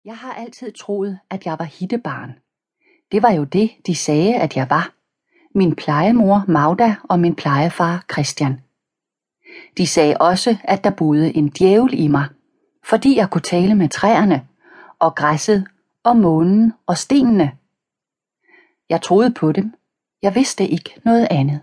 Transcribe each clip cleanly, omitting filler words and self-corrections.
Jeg har altid troet, at jeg var hittebarn. Det var jo det, de sagde, at jeg var. Min plejemor Magda og min plejefar Christian. De sagde også, at der boede en djævel i mig, fordi jeg kunne tale med træerne, og græsset, og månen og stenene. Jeg troede på dem. Jeg vidste ikke noget andet.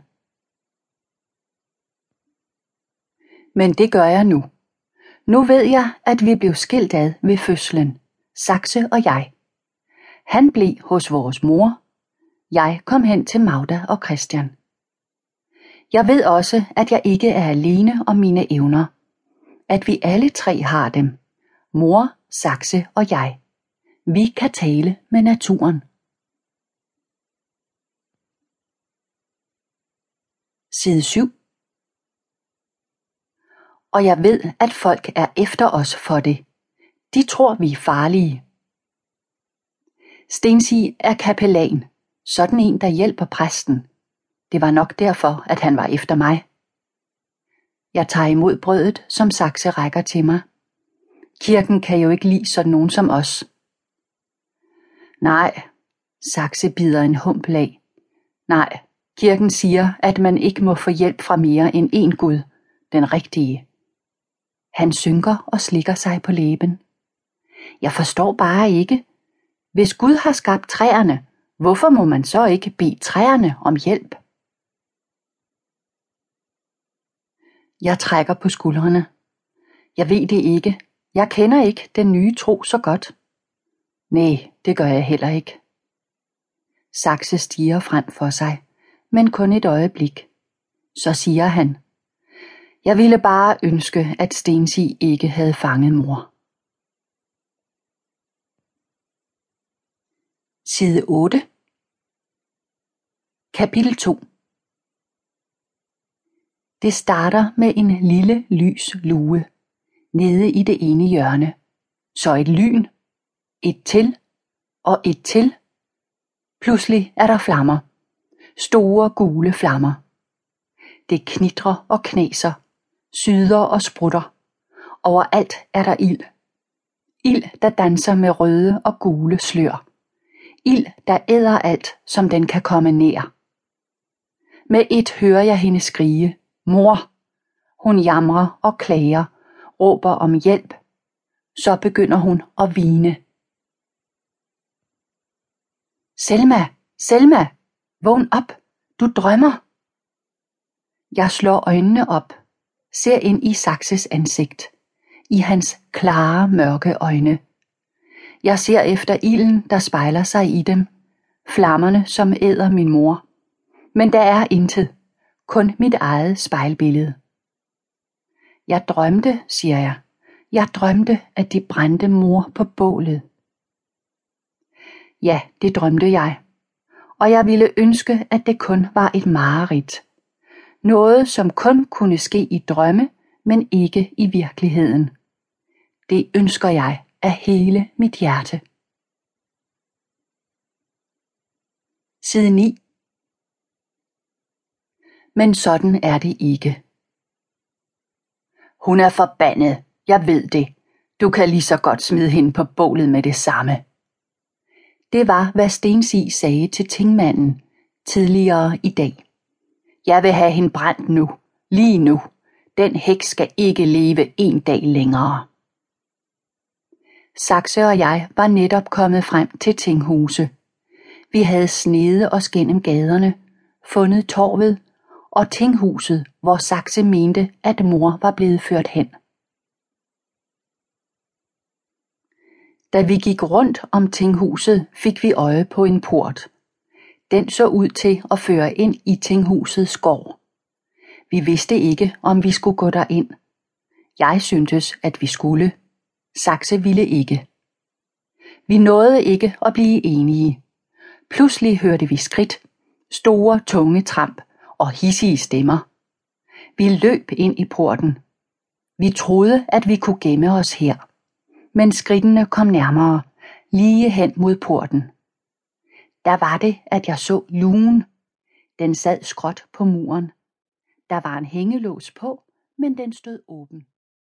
Men det gør jeg nu. Nu ved jeg, at vi blev skilt ad ved fødslen, Saxe og jeg. Han blev hos vores mor. Jeg kom hen til Magda og Christian. Jeg ved også, at jeg ikke er alene om mine evner. At vi alle tre har dem. Mor, Saxe og jeg. Vi kan tale med naturen. Side 7. Og jeg ved, at folk er efter os for det. De tror, vi er farlige. Stensi er kapellan, sådan en, der hjælper præsten. Det var nok derfor, at han var efter mig. Jeg tager imod brødet, som Saxe rækker til mig. Kirken kan jo ikke lide sådan nogen som os. Nej, Saxe bider en humpel af. Nej, kirken siger, at man ikke må få hjælp fra mere end én Gud, den rigtige. Han synker og slikker sig på læben. Jeg forstår bare ikke. Hvis Gud har skabt træerne, hvorfor må man så ikke bede træerne om hjælp? Jeg trækker på skuldrene. Jeg ved det ikke. Jeg kender ikke den nye tro så godt. Nej, det gør jeg heller ikke. Saxe stiger frem for sig, men kun et øjeblik. Så siger han: Jeg ville bare ønske, at Stensi ikke havde fanget mor. Side 8. Kapitel 2. Det starter med en lille lys lue nede i det ene hjørne. Så et lyn, et til og et til. Pludselig er der flammer. Store gule flammer. Det knitrer og knæser, syder og sprutter. Overalt er der ild. Ild, der danser med røde og gule slør. Ild, der æder alt, som den kan komme nær. Med et hører jeg hende skrige: Mor! Hun jamrer og klager, råber om hjælp. Så begynder hun at hvine. Selma! Selma! Vågn op! Du drømmer! Jeg slår øjnene op, ser ind i Saxes ansigt, i hans klare, mørke øjne. Jeg ser efter ilden, der spejler sig i dem, flammerne, som æder min mor. Men der er intet, kun mit eget spejlbillede. Jeg drømte, siger jeg. Jeg drømte, at de brændte mor på bålet. Ja, det drømte jeg. Og jeg ville ønske, at det kun var et mareridt. Noget, som kun kunne ske i drømme, men ikke i virkeligheden. Det ønsker jeg af hele mit hjerte. Side 9. Men sådan er det ikke. Hun er forbandet. Jeg ved det. Du kan lige så godt smide hende på bålet med det samme. Det var, hvad Stensi sagde til tingmanden tidligere i dag. Jeg vil have hende brændt nu. Lige nu. Den heks skal ikke leve en dag længere. Saxe og jeg var netop kommet frem til Tinghuse. Vi havde snedet os gennem gaderne, fundet torvet og Tinghuset, hvor Saxe mente, at mor var blevet ført hen. Da vi gik rundt om Tinghuset, fik vi øje på en port. Den så ud til at føre ind i Tinghusets gård. Vi vidste ikke, om vi skulle gå derind. Jeg syntes, at vi skulle. Saxe ville ikke. Vi nåede ikke at blive enige. Pludselig hørte vi skridt, store, tunge tramp og hidsige stemmer. Vi løb ind i porten. Vi troede, at vi kunne gemme os her. Men skridtene kom nærmere, lige hen mod porten. Der var det, at jeg så lugen. Den sad skråt på muren. Der var en hængelås på, men den stod åben.